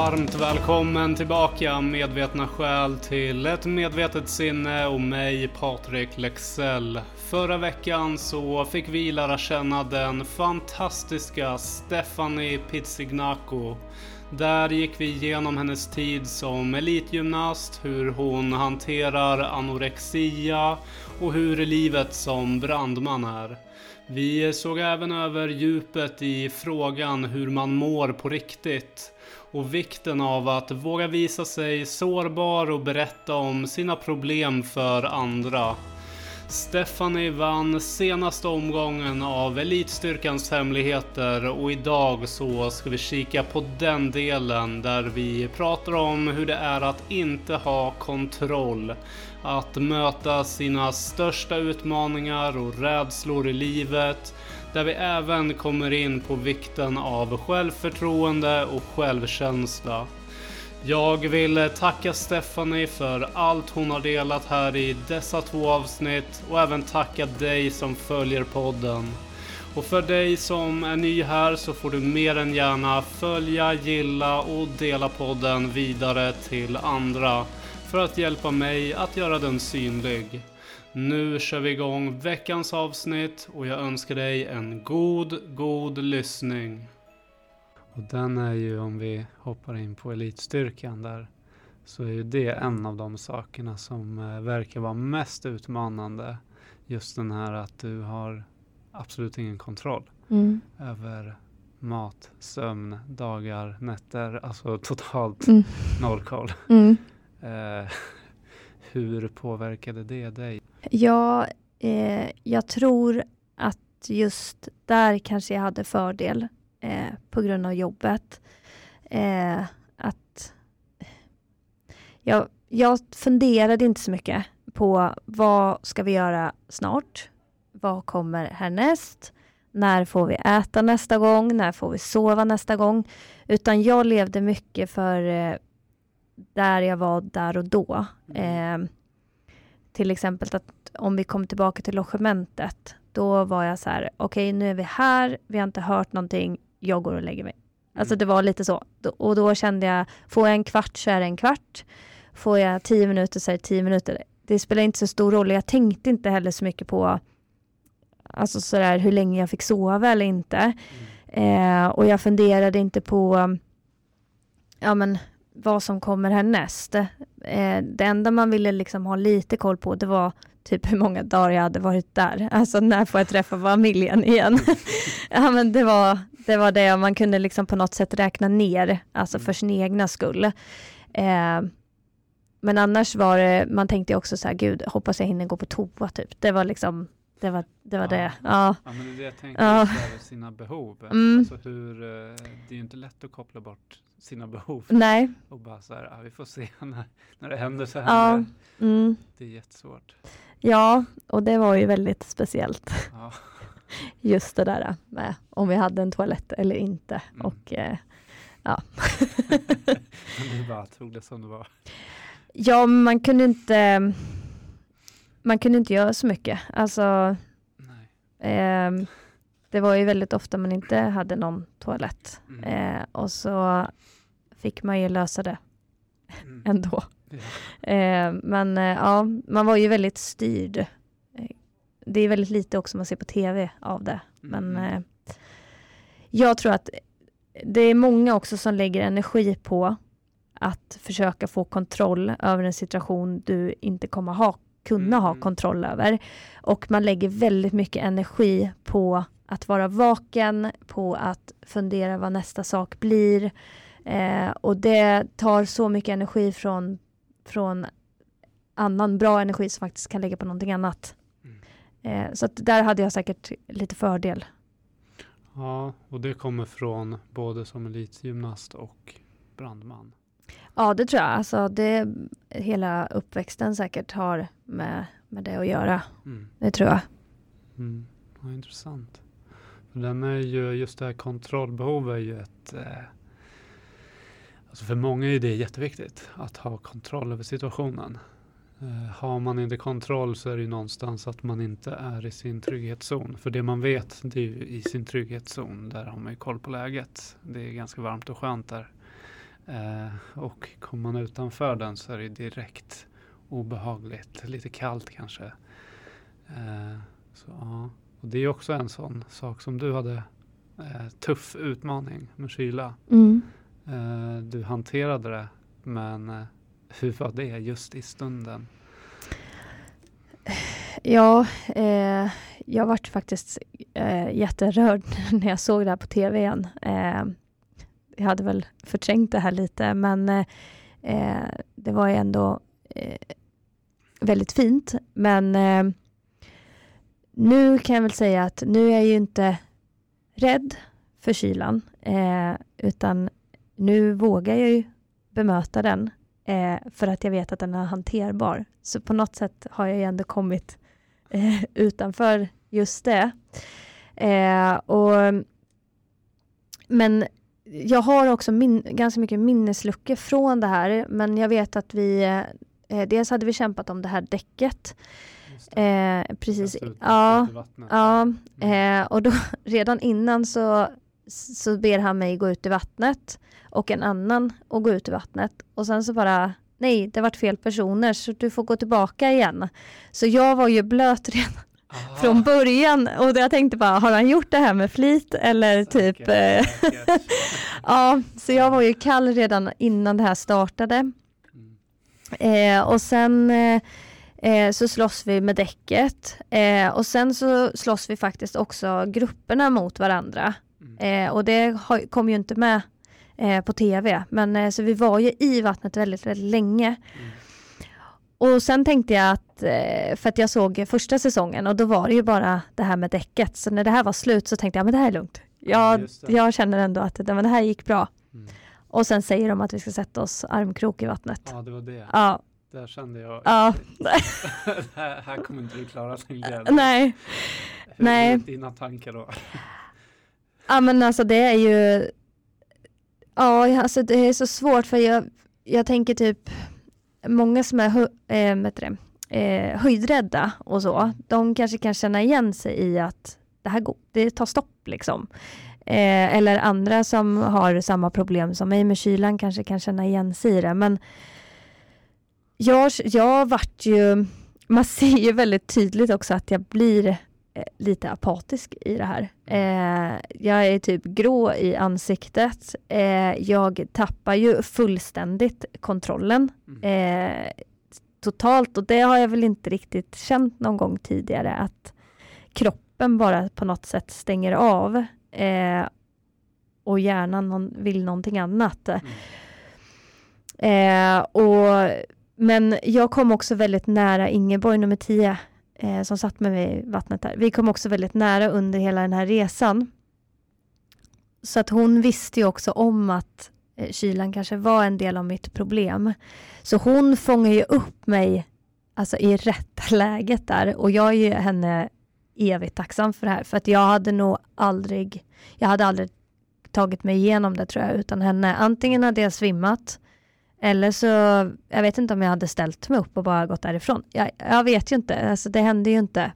Varmt välkommen tillbaka medvetna själ till ett medvetet sinne och mig Patrik Lexell. Förra veckan så fick vi lära känna den fantastiska Stephanie Pizzignacco. Där gick vi igenom hennes tid som elitgymnast, hur hon hanterar anorexia och hur livet som brandman är. Vi såg även över djupet i frågan hur man mår på riktigt och vikten av att våga visa sig sårbar och berätta om sina problem för andra. Stephanie vann senaste omgången av Elitstyrkans hemligheter och idag så ska vi kika på den delen där vi pratar om hur det är att inte ha kontroll. Att möta sina största utmaningar och rädslor i livet. Där vi även kommer in på vikten av självförtroende och självkänsla. Jag vill tacka Stephanie för allt hon har delat här i dessa 2 avsnitt och även tacka dig som följer podden. Och för dig som är ny här så får du mer än gärna följa, gilla och dela podden vidare till andra för att hjälpa mig att göra den synlig. Nu kör vi igång veckans avsnitt och jag önskar dig en god lyssning. Och den är ju, om vi hoppar in på elitstyrkan där, så är ju det en av de sakerna som verkar vara mest utmanande. Just den här att du har absolut ingen kontroll över mat, sömn, dagar, nätter, alltså totalt noll koll. Hur påverkade det dig? Ja, jag tror att just där kanske jag hade fördel på grund av jobbet. Att jag funderade inte så mycket på vad ska vi göra snart? Vad kommer härnäst? När får vi äta nästa gång? När får vi sova nästa gång? Utan jag levde mycket för där jag var där och då. Till exempel att om vi kom tillbaka till logementet, då var jag så här, okej, nu är vi här, vi har inte hört någonting, jag går och lägger mig. Alltså det var lite så. Och då kände jag, får jag en kvart så är det en kvart. Får jag 10 minuter så är det 10 minuter. Det spelar inte så stor roll. Jag tänkte inte heller så mycket på alltså sådär, hur länge jag fick sova eller inte. Och jag funderade inte på vad som kommer härnäst. Det enda man ville liksom ha lite koll på, det var typ hur många dagar jag hade varit där. Alltså när får jag träffa familjen igen? Ja, men det var det man kunde liksom på något sätt räkna ner. Alltså för sin egna skull. Men annars var det, man tänkte också så här, gud, hoppas jag hinner gå på toa typ. Det var liksom, det var det. Ja, men det är det jag tänkte över sina behov. Alltså det är ju inte lätt att koppla bort sina behov. Nej. Och bara så här, vi får se när det händer så här. Det är jättesvårt. Ja, och det var ju väldigt speciellt. Ja. Just det där med om vi hade en toalett eller inte. Och ja. Men du bara tog det som det var. Ja, man kunde inte göra så mycket. Alltså, det var ju väldigt ofta man inte hade någon toalett. Och så fick man ju lösa det ändå. Ja. Men ja, man var ju väldigt styrd. Det är väldigt lite också man ser på tv av det. Men jag tror att det är många också som lägger energi på att försöka få kontroll över en situation du inte kommer kunna ha kontroll över. Och man lägger väldigt mycket energi på att vara vaken, på att fundera vad nästa sak blir. Och det tar så mycket energi från annan bra energi som faktiskt kan lägga på någonting annat. Så att där hade jag säkert lite fördel. Ja, och det kommer från både som elitgymnast och brandman. Ja, det tror jag. Alltså hela uppväxten säkert har med det att göra. Det tror jag. Ja, intressant. För den är ju, just det här kontrollbehov är ju ett... alltså för många är det jätteviktigt att ha kontroll över situationen. Har man inte kontroll så är det ju någonstans att man inte är i sin trygghetszon. För det man vet, det är ju i sin trygghetszon. Där har man ju koll på läget. Det är ganska varmt och skönt där. Och kommer man utanför den så är det direkt obehagligt. Lite kallt kanske. Så, ja. Och det är också en sån sak som du hade tuff utmaning med kyla. Du hanterade det, men hur var det just i stunden? Ja, jag vart faktiskt jätterörd när jag såg det här på tv igen. Jag hade väl förträngt det här lite, men det var ju ändå väldigt fint. Men nu kan jag väl säga att nu är jag ju inte rädd för kylan, utan nu vågar jag ju bemöta den för att jag vet att den är hanterbar. Så på något sätt har jag ju ändå kommit utanför just det. Men jag har också ganska mycket minnesluckor från det här, men jag vet att vi dels hade vi kämpat om det här däcket. Precis. Och då redan innan så ber han mig gå ut i vattnet och en annan att gå ut i vattnet, och sen så bara nej, det har varit fel personer så du får gå tillbaka igen. Så jag var ju blöt redan från början, och jag tänkte bara, har han gjort det här med flit eller typ ja, så jag var ju kall redan innan det här startade. Och sen så slåss vi med däcket, och sen så slåss vi faktiskt också grupperna mot varandra. Och det kom ju inte med på tv, men så vi var ju i vattnet väldigt, väldigt länge. Och sen tänkte jag att, för att jag såg första säsongen och då var det ju bara det här med däcket, så när det här var slut så tänkte jag, men det här är lugnt. Jag känner ändå att men det här gick bra. Och sen säger de att vi ska sätta oss armkrok i vattnet. Ja, det var det. Ja. Där kände jag. Ja. här kommer inte du klara sig. Nej. Hur är dina tankar då? Ja, men alltså det är ju, ja, alltså det är så svårt, för jag tänker typ många som är höjdrädda och så, de kanske kan känna igen sig i att det tar stopp liksom. Eller andra som har samma problem som mig med kylan kanske kan känna igen sig i det. Men jag vart ju, man ser ju väldigt tydligt också att jag blir lite apatisk i det här. Jag är typ grå i ansiktet. Jag tappar ju fullständigt kontrollen. Totalt. Och det har jag väl inte riktigt känt någon gång tidigare. Att kroppen bara på något sätt stänger av. Och hjärnan vill någonting annat. Men jag kom också väldigt nära Ingeborg, nummer 10. Som satt med mig i vattnet där. Vi kom också väldigt nära under hela den här resan. Så att hon visste ju också om att kylan kanske var en del av mitt problem. Så hon fångar ju upp mig alltså i rätta läget där. Och jag är ju henne evigt tacksam för det här. För att jag hade aldrig tagit mig igenom det, tror jag, utan henne. Antingen hade jag svimmat. Eller så, jag vet inte om jag hade ställt mig upp och bara gått därifrån. Jag vet ju inte, alltså det hände ju inte.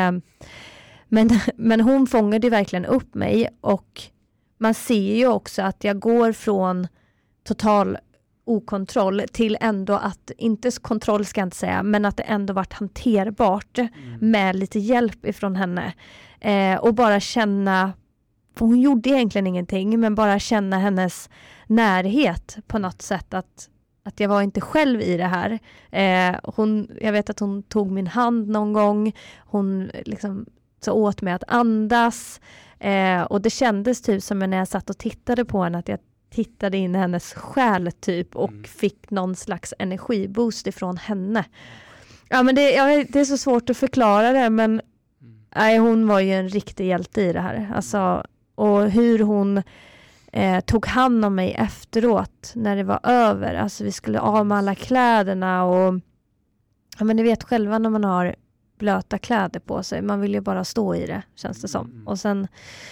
Men hon fångade ju verkligen upp mig, och man ser ju också att jag går från total okontroll till ändå att, inte kontroll ska jag inte säga, men att det ändå varit hanterbart med lite hjälp ifrån henne. Och bara känna, för hon gjorde egentligen ingenting, men bara känna hennes närhet på något sätt, att jag var inte själv i det här. Jag vet att hon tog min hand någon gång, hon liksom så åt mig att andas, och det kändes typ som när jag satt och tittade på henne, att jag tittade in i hennes själ typ, och fick någon slags energiboost ifrån henne. Ja, men det är så svårt att förklara det, men nej, hon var ju en riktig hjälte i det här. Alltså, och hur hon tog hand om mig efteråt när det var över. Alltså vi skulle av med alla kläderna, och ja, men ni vet själva när man har blöta kläder på sig, man vill ju bara stå i det, känns det som. Och sen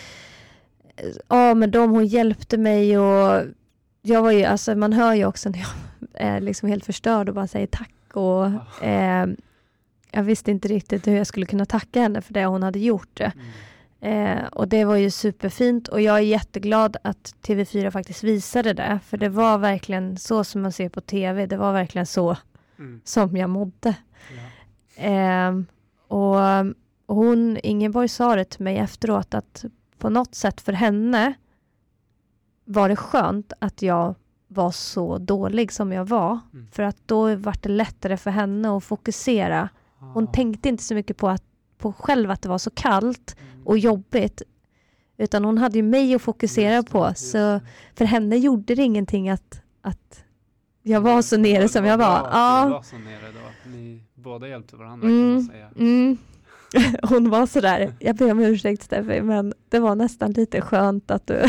men hon hjälpte mig, och jag var ju, alltså man hör ju också när jag är liksom helt förstörd och bara säger tack, och jag visste inte riktigt hur jag skulle kunna tacka henne för det hon hade gjort. Och det var ju superfint. Och jag är jätteglad att TV4 faktiskt visade det. För det var verkligen så som man ser på TV. Det var verkligen så som jag mådde. Ja. Och Ingeborg sa det till mig efteråt att på något sätt för henne var det skönt att jag var så dålig som jag var. För att då var det lättare för henne att fokusera. Hon tänkte inte så mycket på själv att det var så kallt och jobbigt. Utan hon hade ju mig att fokusera på. Så för henne gjorde det ingenting att jag var så nere som jag var. Ja, du var så nere då. Ni båda hjälpte varandra kan man säga. Hon var så där. Jag ber om ursäkt Steffi, men det var nästan lite skönt att du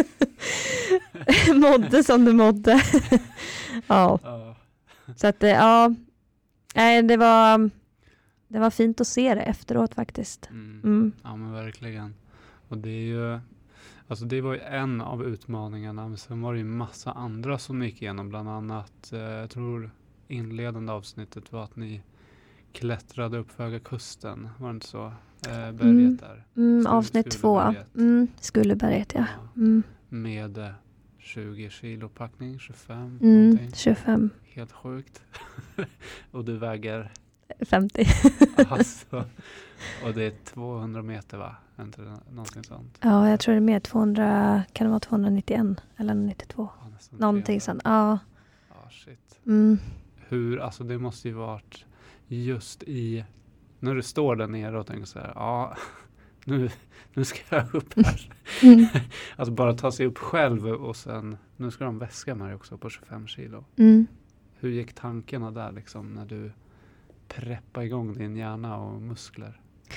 mådde som du mådde. Ja. Så att det var fint att se det efteråt faktiskt. Ja men verkligen. Och det är ju alltså det var ju en av utmaningarna, men sen var det ju massa andra som gick igenom, bland annat jag tror inledande avsnittet var att ni klättrade upp för Höga kusten, var det inte så? Berget där. Avsnitt 2. Skulleberget, ja. Med 20 kilo packning, 25 någonting. 25. Helt sjukt. Och du väger 50. Alltså. Och det är 200 meter va? Inte någonting sånt. Ja, jag tror det är mer 200, kan det vara 291 eller 92? Ja, någonting sånt. Ja. Ja, shit. Hur, alltså det måste ju varit just i, när du står där nere och tänker så här, ja, nu ska jag upp här. Alltså bara ta sig upp själv och sen, nu ska de väska mig också på 25 kilo. Hur gick tankarna där liksom när du preppade igång din hjärna och muskler?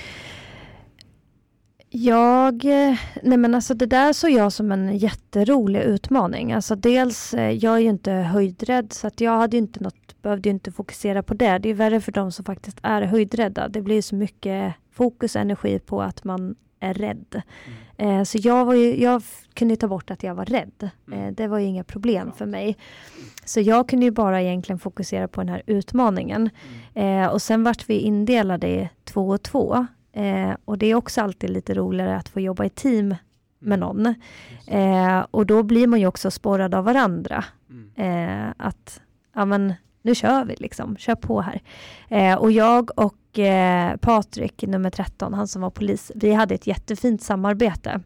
Nej men alltså det där såg jag som en jätterolig utmaning. Alltså dels, jag är ju inte höjdrädd så att jag behövde ju inte fokusera på det. Det är värre för de som faktiskt är höjdrädda. Det blir så mycket fokus och energi på att man är rädd. Så jag kunde ta bort att jag var rädd. Det var ju inga problem för mig. Så jag kunde ju bara egentligen fokusera på den här utmaningen. Och sen vart vi indelade i 2 och 2. Och det är också alltid lite roligare att få jobba i team med någon. Och då blir man ju också sporrad av varandra. Att, ja men nu kör vi liksom, kör på här. Och jag och Patrik, nummer 13, han som var polis, vi hade ett jättefint samarbete.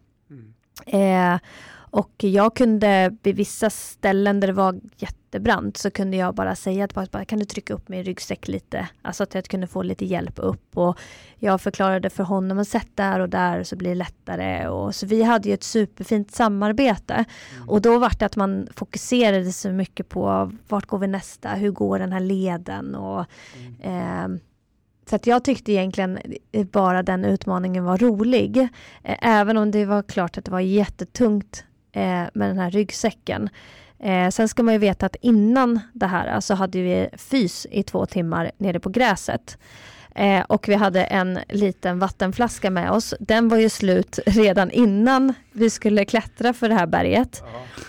Och jag kunde vid vissa ställen där det var jättebrant så kunde jag bara säga att kan du trycka upp min ryggsäck lite? Alltså att jag kunde få lite hjälp upp. Och jag förklarade för honom att sätta där och där så blir det lättare. Och så vi hade ju ett superfint samarbete. Och då var det att man fokuserade så mycket på vart går vi nästa? Hur går den här leden? Och så att jag tyckte egentligen bara den utmaningen var rolig. Även om det var klart att det var jättetungt med den här ryggsäcken. Sen ska man ju veta att innan det här så hade vi fys i 2 timmar nere på gräset. Och vi hade en liten vattenflaska med oss. Den var ju slut redan innan vi skulle klättra för det här berget.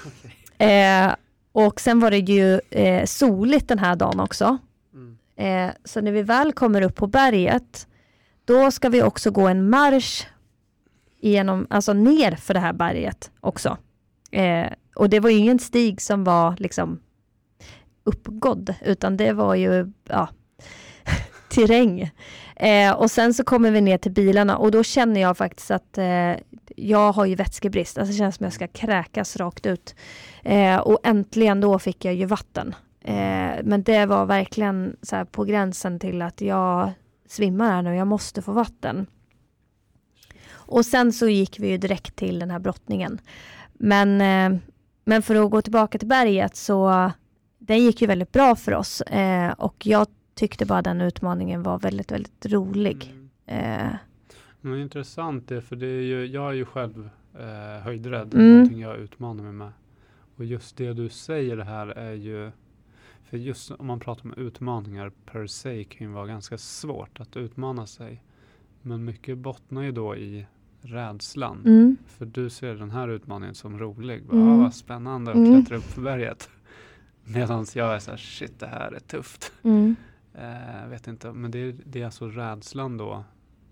Och sen var det ju soligt den här dagen också. Så när vi väl kommer upp på berget, då ska vi också gå en marsch igenom, alltså ner för det här berget också. Och det var ju ingen stig som var liksom uppgådd, utan det var ju terräng. Och sen så kommer vi ner till bilarna och då känner jag faktiskt att jag har ju vätskebrist. Alltså det känns som jag ska kräkas rakt ut. Och äntligen då fick jag ju vatten. Men det var verkligen så här på gränsen till att jag svimmar här nu. Jag måste få vatten. Och sen så gick vi ju direkt till den här brottningen. Men för att gå tillbaka till berget så den gick ju väldigt bra för oss. Och jag tyckte bara den utmaningen var väldigt, väldigt rolig. Men intressant det, för det är ju, jag är ju själv höjdrädd. Någonting jag utmanar mig med. Och just det du säger här är ju, för just om man pratar om utmaningar per se kan ju vara ganska svårt att utmana sig. Men mycket bottnar ju då i rädslan. För du ser den här utmaningen som rolig. Vad spännande att klättra upp för berget. Medan jag är så här, shit det här är tufft. Vet inte, men det är alltså rädslan då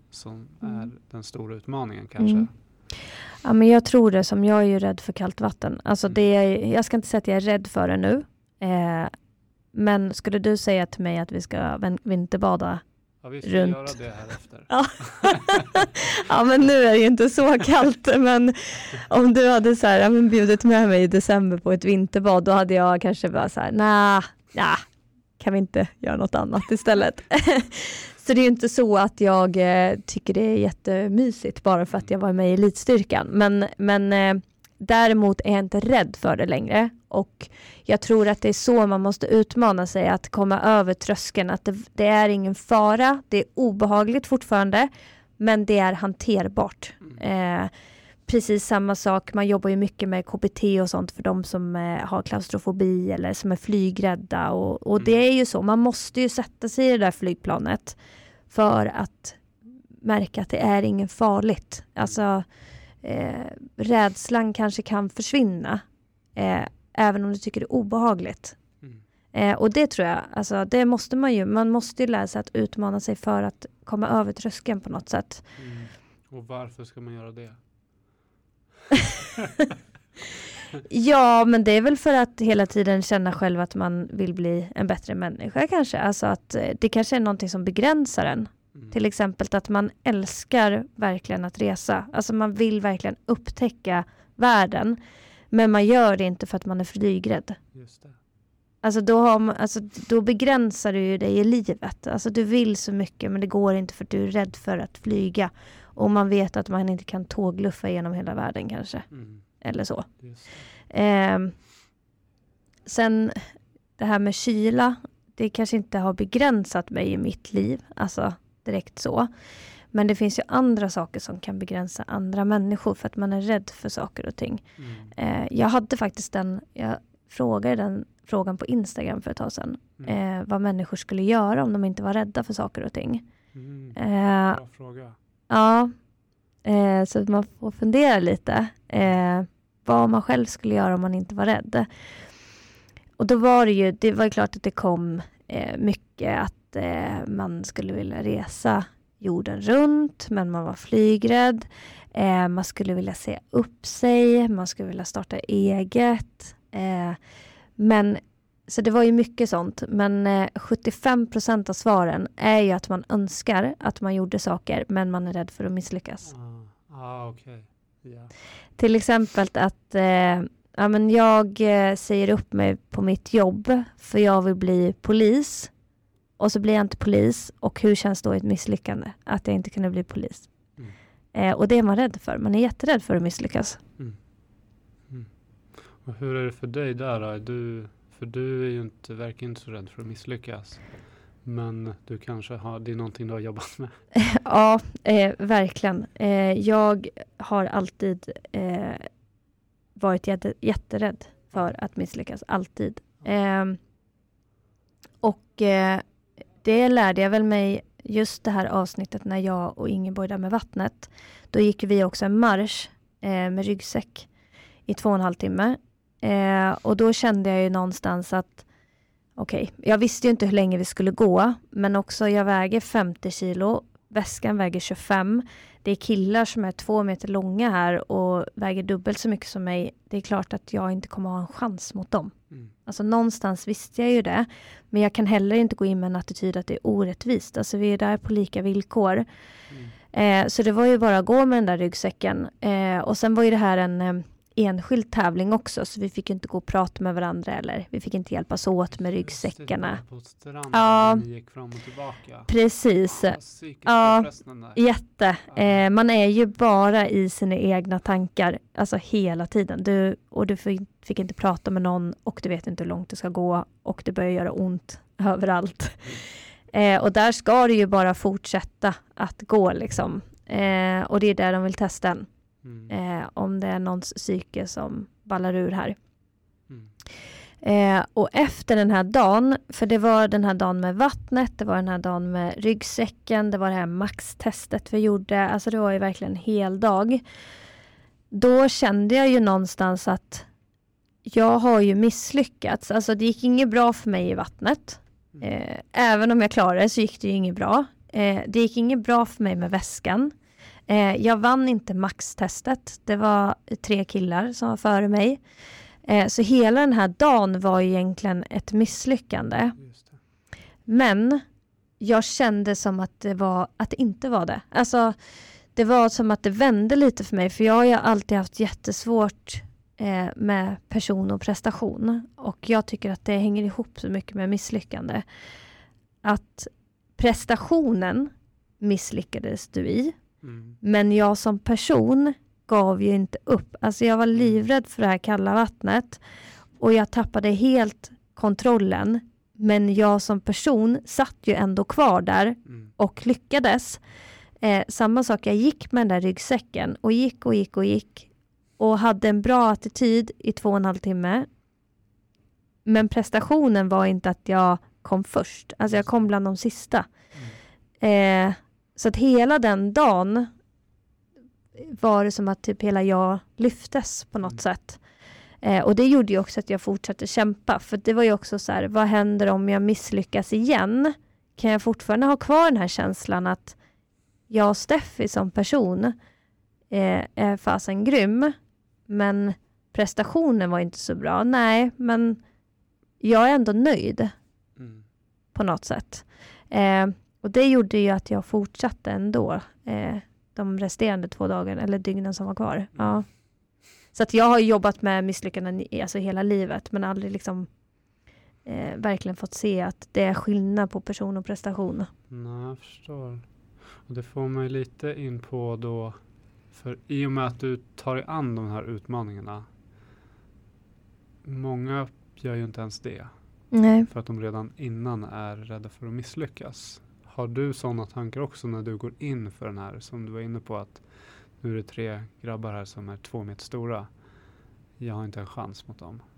som är den stora utmaningen kanske? Ja, men jag tror det, som jag är ju rädd för kallt vatten. Alltså jag ska inte säga att jag är rädd för det nu. Men skulle du säga till mig att vi ska vinterbada vi ska runt... göra det här efter. Ja, men nu är det ju inte så kallt. Men om du hade så här, bjudit med mig i december på ett vinterbad, då hade jag kanske bara så här, nej, kan vi inte göra något annat istället? Så det är ju inte så att jag tycker det är jättemysigt bara för att jag var med i elitstyrkan. Men däremot är jag inte rädd för det längre. Och jag tror att det är så man måste utmana sig, att komma över tröskeln. Att det är ingen fara, det är obehagligt fortfarande, men det är hanterbart. Precis samma sak, man jobbar ju mycket med KBT och sånt för de som har klaustrofobi eller som är flygrädda. Och det är ju så, man måste ju sätta sig i det där flygplanet för att märka att det är ingen farligt. Alltså rädslan kanske kan försvinna även om du tycker det är obehagligt. Och det tror jag, alltså det måste man måste ju lära sig att utmana sig för att komma över tröskeln på något sätt. Och varför ska man göra det? Ja, men det är väl för att hela tiden känna själv att man vill bli en bättre människa kanske. Alltså att det kanske är någonting som begränsar en. Till exempel att man älskar verkligen att resa. Alltså man vill verkligen upptäcka världen. Men man gör det inte för att man är flygrädd. Just det. Alltså då begränsar du ju dig i livet. Alltså du vill så mycket, men det går inte för att du är rädd för att flyga. Och man vet att man inte kan tågluffa genom hela världen kanske. Eller så. Sen det här med kyla, det kanske inte har begränsat mig i mitt liv. Alltså direkt så. Men det finns ju andra saker som kan begränsa andra människor för att man är rädd för saker och ting. Jag hade faktiskt jag frågade den frågan på Instagram för ett tag sedan. Vad människor skulle göra om de inte var rädda för saker och ting. Bra fråga. Ja, så att man får fundera lite. Vad man själv skulle göra om man inte var rädd. Och då var det var klart att det kom mycket att man skulle vilja resa jorden runt, men man var flygrädd. Man skulle vilja se upp sig, man skulle vilja starta eget. Så det var ju mycket sånt, men 75% av svaren är ju att man önskar att man gjorde saker, men man är rädd för att misslyckas. Okay. Yeah. Till exempel att jag säger upp mig på mitt jobb för jag vill bli polis. Och så blir jag inte polis. Och hur känns då ett misslyckande? Att jag inte kunde bli polis. Och det är man rädd för. Man är jätterädd för att misslyckas. Och hur är det för dig där då? För du är ju verkar inte så rädd för att misslyckas. Men du kanske det är någonting du har jobbat med. Ja, verkligen. Jag har alltid varit jätterädd för att misslyckas. Alltid. Det lärde jag väl mig just det här avsnittet när jag och Ingeborg där med vattnet. Då gick vi också en marsch med ryggsäck i 2,5 timme. Och då kände jag ju någonstans att jag visste ju inte hur länge vi skulle gå, men också jag väger 50 kilo, väskan väger 25. Det är killar som är 2 meter långa här och väger dubbelt så mycket som mig. Det är klart att jag inte kommer ha en chans mot dem. Alltså någonstans visste jag ju det, men jag kan heller inte gå in med en attityd att det är orättvist. Alltså vi är där på lika villkor. Så det var ju bara att gå med den där ryggsäcken. Och sen var ju det här en enskild tävling också, så vi fick inte gå och prata med varandra eller vi fick inte hjälpas åt med ryggsäckarna. På stranden ni gick fram och tillbaka. Precis. Jätte. Man är ju bara i sina egna tankar, alltså hela tiden. Du fick inte prata med någon och du vet inte hur långt det ska gå och det börjar göra ont överallt. Och där ska det ju bara fortsätta att gå liksom. Och det är där de vill testa en. Om det är någons psyke som ballar ur här. Och efter den här dagen, för det var den här dagen med vattnet, det var den här dagen med ryggsäcken, det var det här maxtestet vi gjorde, alltså det var ju verkligen en hel dag. Då kände jag ju någonstans att jag har ju misslyckats, alltså det gick inget bra för mig i vattnet. Även om jag klarade det så gick det ju inget bra. Det gick inget bra för mig med väskan. Jag vann inte maxtestet. Det var 3 killar som var före mig. Så hela den här dagen var egentligen ett misslyckande. Just det. Men jag kände som att det inte var det. Alltså, det var som att det vände lite för mig. För jag har ju alltid haft jättesvårt med person och prestation. Och jag tycker att det hänger ihop så mycket med misslyckande. Att prestationen misslyckades du i. Men jag som person gav ju inte upp. Alltså jag var livrädd för det här kalla vattnet. Och jag tappade helt kontrollen. Men jag som person satt ju ändå kvar där. Och lyckades. Samma sak, jag gick med den där ryggsäcken. Och gick. Och hade en bra attityd i 2,5 timmar. Men prestationen var inte att jag kom först. Alltså jag kom bland de sista. Så att hela den dagen var det som att typ hela jag lyftes på något sätt. Och det gjorde ju också att jag fortsatte kämpa. För det var ju också så här, vad händer om jag misslyckas igen? Kan jag fortfarande ha kvar den här känslan att jag och Steffi som person är fasen grym. Men prestationen var inte så bra. Nej, men jag är ändå nöjd på något sätt. Och det gjorde ju att jag fortsatte ändå de resterande 2 dagarna eller dygnen som var kvar. Ja. Så att jag har jobbat med misslyckanden alltså hela livet, men aldrig liksom verkligen fått se att det är skillnad på person och prestation. Nej, jag förstår. Och det får mig lite in på då, för i och med att du tar dig an de här utmaningarna, många gör ju inte ens det. Nej. För att de redan innan är rädda för att misslyckas. Har du sådana tankar också när du går in för den här, som du var inne på, att nu är det 3 grabbar här som är 2 meter stora. Jag har inte en chans mot dem.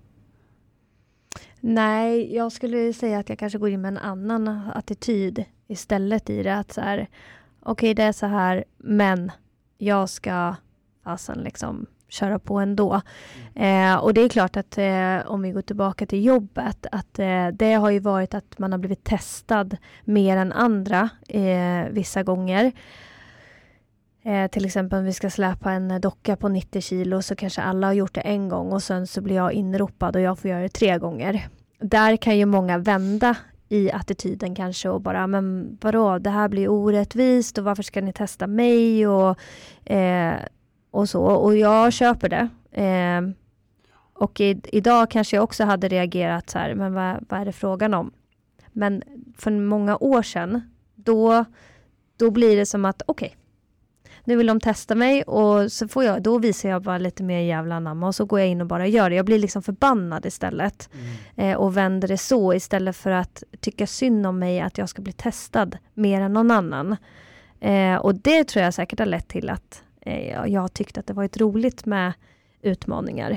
Nej, jag skulle säga att jag kanske går in med en annan attityd istället i det. Att så här, okej, det är så här, men jag ska liksom köra på ändå. Och det är klart att om vi går tillbaka till jobbet, att det har ju varit att man har blivit testad mer än andra vissa gånger. Till exempel om vi ska släpa en docka på 90 kilo, så kanske alla har gjort det en gång och sen så blir jag inropad och jag får göra det 3 gånger. Där kan ju många vända i attityden kanske och bara, men vadå, det här blir orättvist och varför ska ni testa mig och så. Och jag köper det. Och idag kanske jag också hade reagerat så här, men vad är det frågan om? Men för många år sedan, då blir det som att okej, nu vill de testa mig och så då visar jag bara lite mer jävla namn och så går jag in och bara gör det. Jag blir liksom förbannad istället och vänder det så istället för att tycka synd om mig att jag ska bli testad mer än någon annan. Och det tror jag säkert har lett till att jag har tyckt att det varit roligt med utmaningar.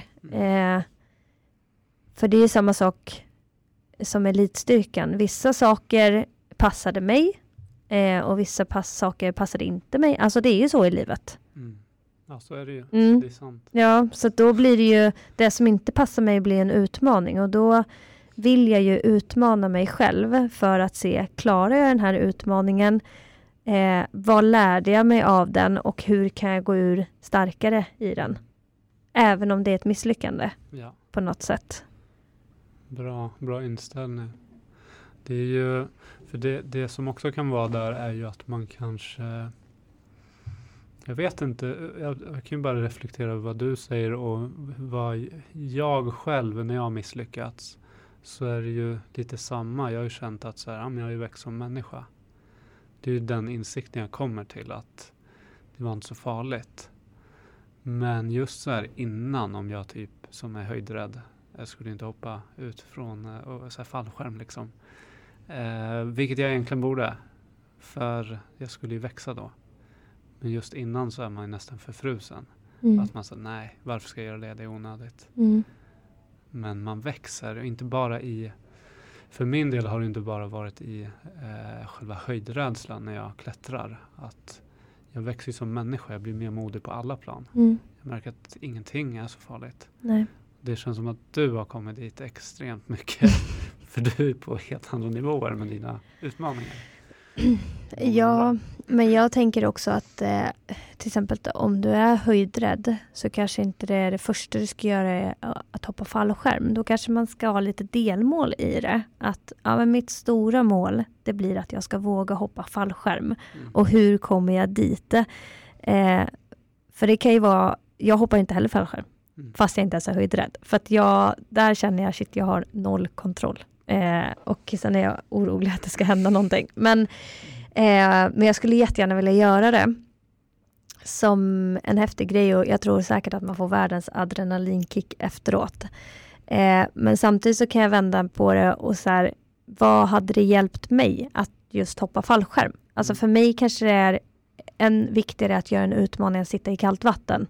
För det är samma sak som elitstyrkan. Vissa saker passade mig. Och vissa saker passade inte mig. Alltså det är ju så i livet. Ja, så är det ju. Det är sant. Ja, så då blir det ju det som inte passar mig blir en utmaning. Och då vill jag ju utmana mig själv för att se, klarar jag den här utmaningen? Vad lärde jag mig av den? Och hur kan jag gå ur starkare i den? Även om det är ett misslyckande på något sätt. Bra inställning. Det är ju, för det som också kan vara där är ju att man kanske, jag vet inte, jag kan ju bara reflektera över vad du säger och vad jag själv, när jag har misslyckats, så är det ju lite samma. Jag har ju känt att så här, jag har ju växt som människa. Det är ju den insikten jag kommer till, att det var inte så farligt. Men just så här innan, om jag typ som är höjdrädd, jag skulle inte hoppa ut från så här fallskärm liksom. Vilket jag egentligen borde, för jag skulle ju växa då. Men just innan så är man ju nästan förfrusen. Att man säger nej, varför ska jag göra det? Det är onödigt. Men man växer, inte bara för min del har det inte bara varit i själva höjdrädslan när jag klättrar. Att jag växer som människa, jag blir mer modig på alla plan. Jag märker att ingenting är så farligt. Nej. Det känns som att du har kommit dit extremt mycket. För du är på helt andra nivåer med dina utmaningar. Ja, men jag tänker också att till exempel om du är höjdrädd så kanske inte det första du ska göra är att hoppa fallskärm. Då kanske man ska ha lite delmål i det. Att men mitt stora mål, det blir att jag ska våga hoppa fallskärm. Och hur kommer jag dit? För det kan ju vara, jag hoppar inte heller fallskärm. Fast jag inte är så höjdrädd. För att där känner jag att jag har noll kontroll. Och sen är jag orolig att det ska hända någonting. Men jag skulle jättegärna vilja göra det som en häftig grej, och jag tror säkert att man får världens adrenalinkick efteråt. Men samtidigt så kan jag vända på det och så här, vad hade det hjälpt mig att just hoppa fallskärm? Alltså för mig kanske det är än viktigare att göra en utmaning att sitta i kallt vatten.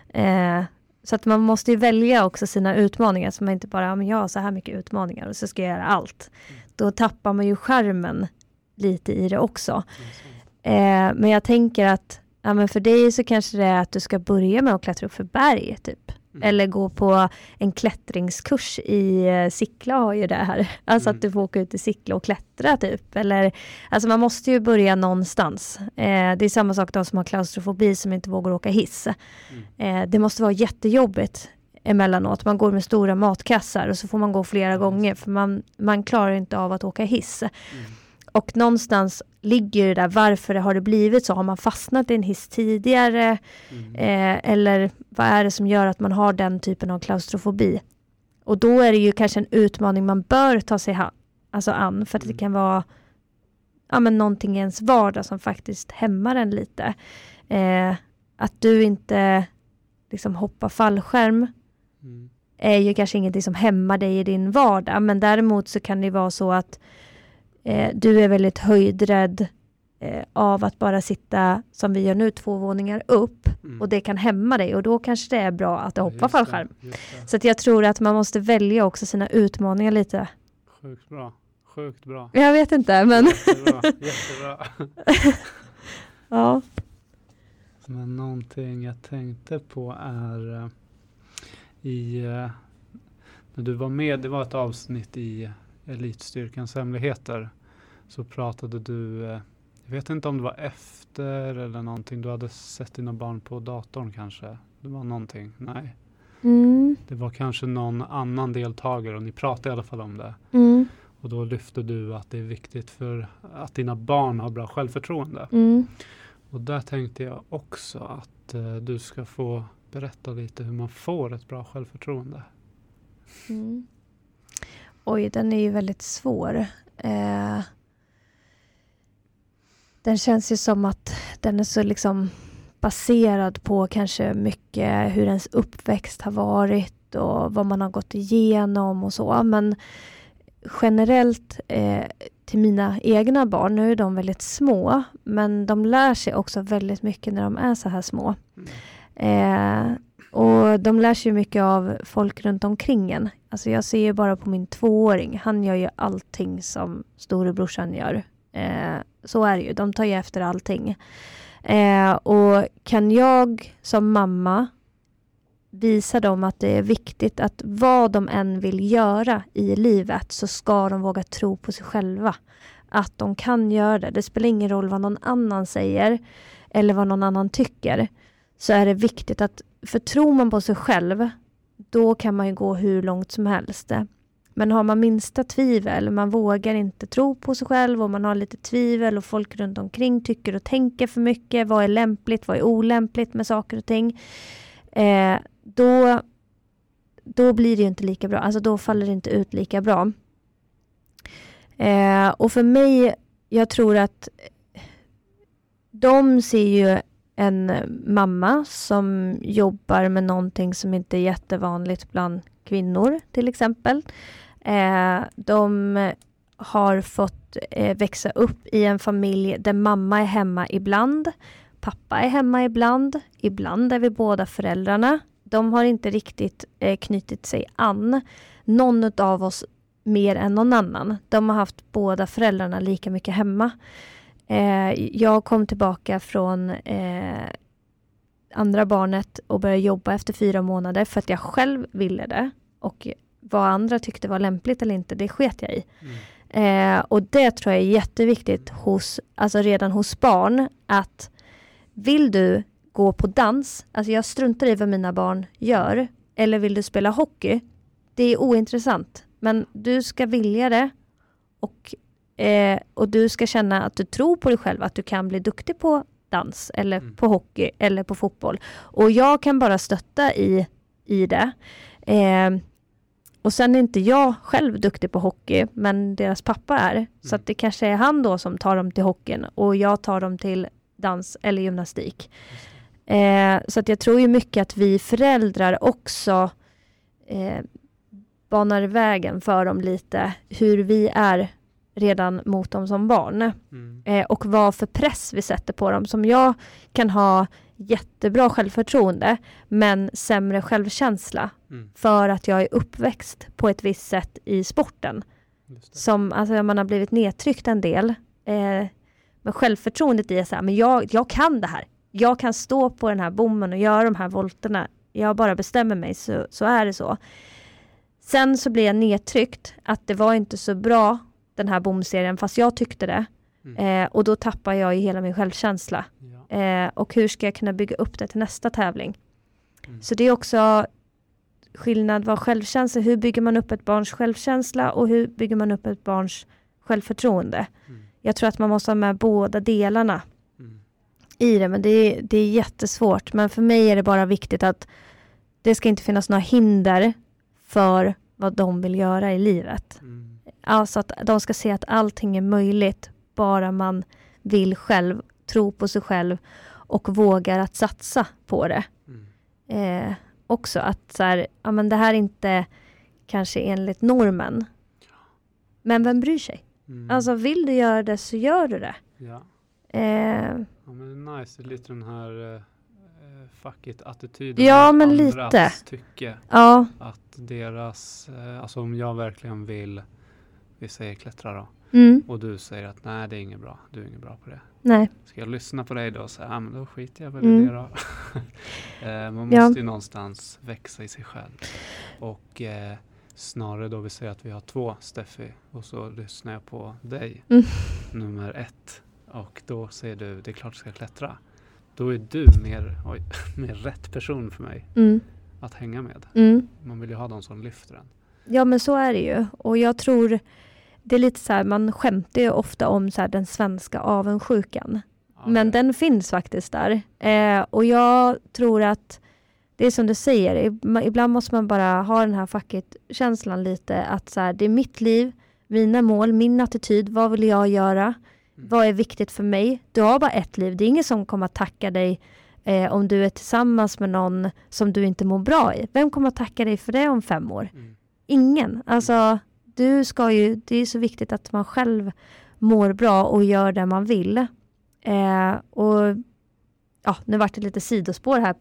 Så att man måste ju välja också sina utmaningar, så man inte bara, men jag har så här mycket utmaningar och så ska jag göra allt. Då tappar man ju skärmen lite i det också. Men jag tänker att men för dig så kanske det är att du ska börja med att klättra upp för berg typ. Eller gå på en klättringskurs i Sickla har ju det här. Alltså att du får åka ut i Sickla och klättra typ. Eller, alltså man måste ju börja någonstans. Det är samma sak de som har klaustrofobi som inte vågar åka hiss. Det måste vara jättejobbigt emellanåt. Man går med stora matkassar och så får man gå flera gånger. För man klarar inte av att åka hiss. Och någonstans ligger det där, varför har det blivit så? Har man fastnat i en hiss tidigare? Eller vad är det som gör att man har den typen av klaustrofobi? Och då är det ju kanske en utmaning man bör ta sig an. För att det kan vara någonting i ens vardag som faktiskt hämmar en lite. Att du inte liksom hoppar fallskärm är ju kanske ingenting som hämmar dig i din vardag. Men däremot så kan det vara så att du är väldigt höjdrädd av att bara sitta, som vi gör nu, 2 våningar upp. Och det kan hämma dig. Och då kanske det är bra att hoppa fallskärm. Så att jag tror att man måste välja också sina utmaningar lite. Sjukt bra. Jag vet inte, men... Jättebra. Ja. Men någonting jag tänkte på är när du var med, det var ett avsnitt i Elitstyrkans hemligheter, så pratade du, jag vet inte om det var efter eller någonting, du hade sett dina barn på datorn kanske, det var någonting, nej. Det var kanske någon annan deltagare och ni pratade i alla fall om det. Och då lyfte du att det är viktigt för att dina barn har bra självförtroende. Och där tänkte jag också att du ska få berätta lite hur man får ett bra självförtroende. Oj, den är ju väldigt svår. Den känns ju som att den är så liksom baserad på kanske mycket hur ens uppväxt har varit och vad man har gått igenom och så. Men generellt till mina egna barn, nu är de väldigt små, men de lär sig också väldigt mycket när de är så här små. Och de lär sig mycket av folk runt omkring en. Alltså jag ser ju bara på min 2-åring. Han gör ju allting som storebrorsan gör. Så är det ju. De tar ju efter allting. Och kan jag som mamma visa dem att det är viktigt att vad de än vill göra i livet så ska de våga tro på sig själva. Att de kan göra det. Det spelar ingen roll vad någon annan säger eller vad någon annan tycker. Så är det viktigt att, för tror man på sig själv, då kan man ju gå hur långt som helst. Men har man minsta tvivel, man vågar inte tro på sig själv och man har lite tvivel och folk runt omkring tycker och tänker för mycket, vad är lämpligt, vad är olämpligt med saker och ting, då blir det ju inte lika bra. Alltså då faller det inte ut lika bra. Och för mig, jag tror att de ser ju en mamma som jobbar med någonting som inte är jättevanligt bland kvinnor till exempel. De har fått växa upp i en familj där mamma är hemma ibland, pappa är hemma ibland, ibland är vi båda föräldrarna. De har inte riktigt knutit sig an någon av oss mer än någon annan. De har haft båda föräldrarna lika mycket hemma. Jag kom tillbaka från andra barnet och började jobba efter 4 månader för att jag själv ville det. Och vad andra tyckte var lämpligt eller inte, det sket jag i. Och det tror jag är jätteviktigt redan hos barn, att vill du gå på dans, alltså jag struntar i vad mina barn gör, eller vill du spela hockey, det är ointressant, men du ska vilja det, och du ska känna att du tror på dig själv, att du kan bli duktig på dans eller på hockey eller på fotboll, och jag kan bara stötta i det. Och sen är inte jag själv duktig på hockey, men deras pappa är. Så att det kanske är han då som tar dem till hockeyn och jag tar dem till dans eller gymnastik. Så att jag tror ju mycket att vi föräldrar också banar vägen för dem lite, hur vi är redan mot dem som barn. Och vad för press vi sätter på dem. Som jag kan ha jättebra självförtroende men sämre självkänsla för att jag är uppväxt på ett visst sätt i sporten. Som, alltså man har blivit nedtryckt en del. Men självförtroendet är så här, men jag kan det här. Jag kan stå på den här bommen och göra de här volterna. Jag bara bestämmer mig, så är det så. Sen så blir jag nedtryckt att det var inte så bra den här bomserien, fast jag tyckte det. Och då tappar jag ju hela min självkänsla. Och hur ska jag kunna bygga upp det till nästa tävling? Så det är också skillnad vad självkänsla, hur bygger man upp ett barns självkänsla och hur bygger man upp ett barns självförtroende. Jag tror att man måste ha med båda delarna i det, men det är jättesvårt. Men för mig är det bara viktigt att det ska inte finnas några hinder för vad de vill göra i livet. Alltså att de ska se att allting är möjligt bara man vill själv, tro på sig själv och vågar att satsa på det. Också att så här, ja, men det här är inte kanske enligt normen. Men vem bryr sig? Alltså vill du göra det så gör du det. Ja. Ja, men det är nice, lite den här fuck it-attityden. Ja, men lite. Tycke. Ja. Att deras, alltså om jag verkligen vill, vi säger klättra då. Och du säger att nej, det är inget bra. Du är inget bra på det. Nej. Ska jag lyssna på dig då och säga, men då skiter jag väl i det då. Man måste ju någonstans växa i sig själv. Och snarare då vi säger att vi har 2 Steffi och så lyssnar jag på dig. Nummer 1. Och då säger du, det är klart jag ska klättra. Då är du mer rätt person för mig att hänga med. Man vill ju ha dem som lyfter den. Ja, men så är det ju. Och jag tror, det är lite så här, man skämtar ju ofta om så här, den svenska avundsjukan. Ja, men den finns faktiskt där. Och jag tror att det är som du säger, ibland måste man bara ha den här fuck it-känslan lite. Att så här, det är mitt liv, mina mål, min attityd, vad vill jag göra? Vad är viktigt för mig? Du har bara ett liv. Det är ingen som kommer att tacka dig om du är tillsammans med någon som du inte mår bra i. Vem kommer att tacka dig för det om 5 år? Ingen. Alltså, det är så viktigt att man själv mår bra och gör det man vill. Och ja, nu vart det lite sidospår här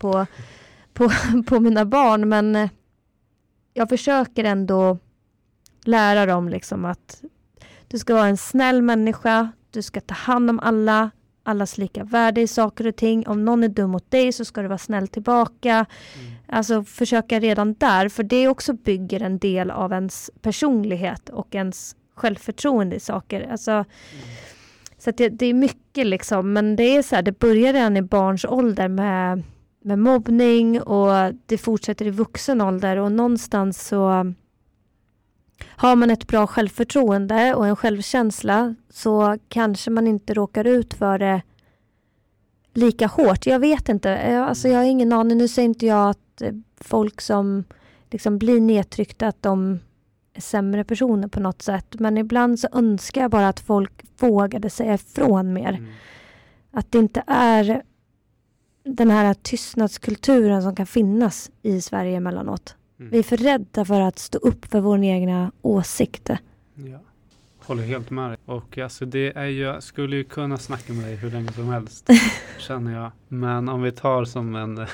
på mina barn, men jag försöker ändå lära dem liksom att du ska vara en snäll människa. Du ska ta hand om allas lika värde i saker och ting. Om någon är dum mot dig så ska du vara snäll tillbaka. Alltså försöka redan där. För det också bygger en del av ens personlighet och ens självförtroende i saker. Alltså, så att det är mycket liksom. Men det är så här, det börjar redan i barns ålder med mobbning. Och det fortsätter i vuxen ålder. Och någonstans så har man ett bra självförtroende och en självkänsla så kanske man inte råkar ut för det lika hårt. Jag vet inte. Alltså jag har ingen aning. Nu säger inte jag att folk som liksom blir nedtryckta att de är sämre personer på något sätt. Men ibland så önskar jag bara att folk vågade säga ifrån mer. Att det inte är den här tystnadskulturen som kan finnas i Sverige emellanåt. Vi är för rädda för att stå upp för vår egna åsikt. Ja, håller helt med. Och alltså det är ju, jag skulle ju kunna snacka med dig hur länge som helst, känner jag. Men om vi tar som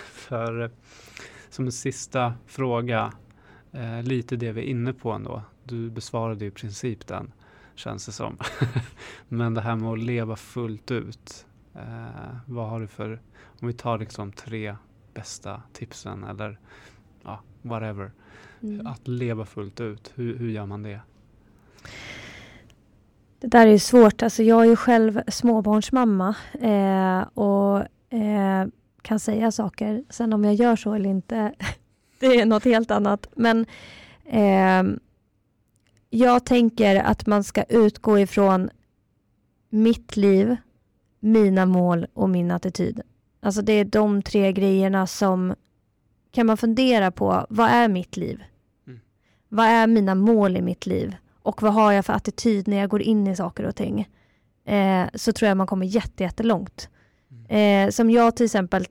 en sista fråga, lite det vi är inne på ändå. Du besvarade ju i princip den, känns det som. Men det här med att leva fullt ut. Vad har du för, om vi tar liksom 3 bästa tipsen eller ja, whatever. Att leva fullt ut. Hur gör man det? Det där är ju svårt. Alltså jag är ju själv småbarnsmamma och kan säga saker. Sen om jag gör så eller inte, det är något helt annat. Men jag tänker att man ska utgå ifrån mitt liv, mina mål och min attityd. Alltså det är de 3 grejerna som kan man fundera på. Vad är mitt liv? Vad är mina mål i mitt liv? Och vad har jag för attityd när jag går in i saker och ting? Så tror jag man kommer jättelångt. Som jag till exempel,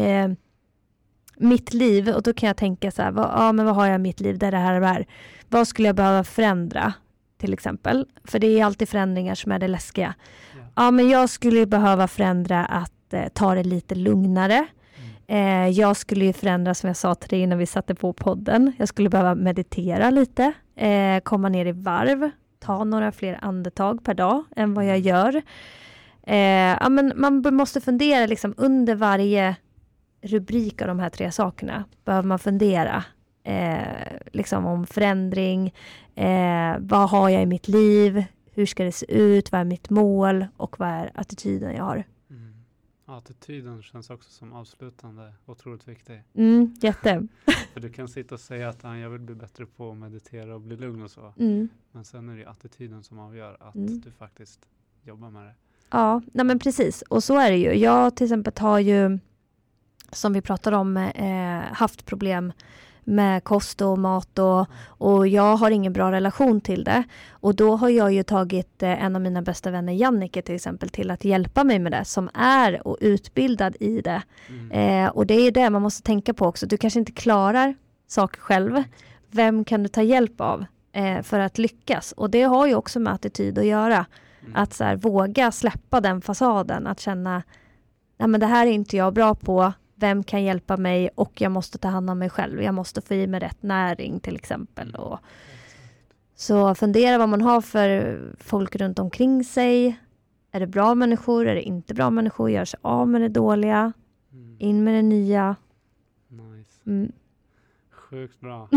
mitt liv, och då kan jag tänka så här, vad har jag i mitt liv där det här är? Vad skulle jag behöva förändra till exempel? För det är alltid förändringar som är det läskiga. Ja, men jag skulle behöva förändra att ta det lite lugnare. Jag skulle ju förändra, som jag sa till dig innan vi satte på podden. Jag skulle behöva meditera lite. Komma ner i varv. Ta några fler andetag per dag än vad jag gör. Men man måste fundera liksom under varje rubrik av de här 3 sakerna. Behöver man fundera liksom om förändring. Vad har jag i mitt liv? Hur ska det se ut? Vad är mitt mål? Och vad är attityden jag har? Attityden känns också som avslutande otroligt viktig. Jätte. För du kan sitta och säga att jag vill bli bättre på att meditera och bli lugn och så. Men sen är det attityden som avgör att du faktiskt jobbar med det. Ja, nej men precis. Och så är det ju. Jag till exempel har ju, som vi pratade om, haft problem med kost och mat och jag har ingen bra relation till det. Och då har jag ju tagit en av mina bästa vänner, Jannike till exempel, till att hjälpa mig med det, som är och utbildad i det. Och det är det man måste tänka på också. Du kanske inte klarar saker själv. Vem kan du ta hjälp av för att lyckas? Och det har ju också med attityd att göra. Att så här, våga släppa den fasaden. Att känna, nej men det här är inte jag bra på. Vem kan hjälpa mig? Och jag måste ta hand om mig själv. Jag måste få i mig rätt näring till exempel. Så fundera vad man har för folk runt omkring sig. Är det bra människor? Är det inte bra människor? Gör sig av med det dåliga. In med det nya. Nice. Sjukt bra.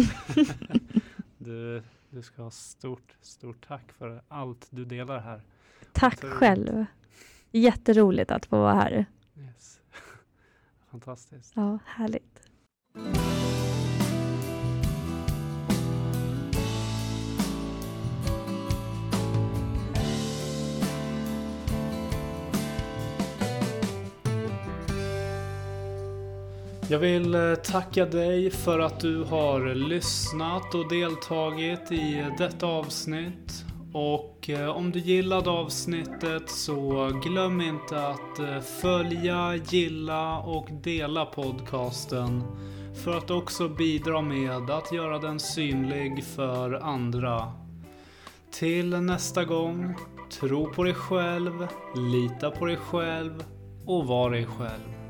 Du ska ha stort tack för allt du delar här. Tack själv. Jätteroligt att få vara här. Yes. Fantastiskt. Ja, härligt. Jag vill tacka dig för att du har lyssnat och deltagit i detta avsnitt. Och om du gillade avsnittet så glöm inte att följa, gilla och dela podcasten för att också bidra med att göra den synlig för andra. Till nästa gång, tro på dig själv, lita på dig själv och var dig själv.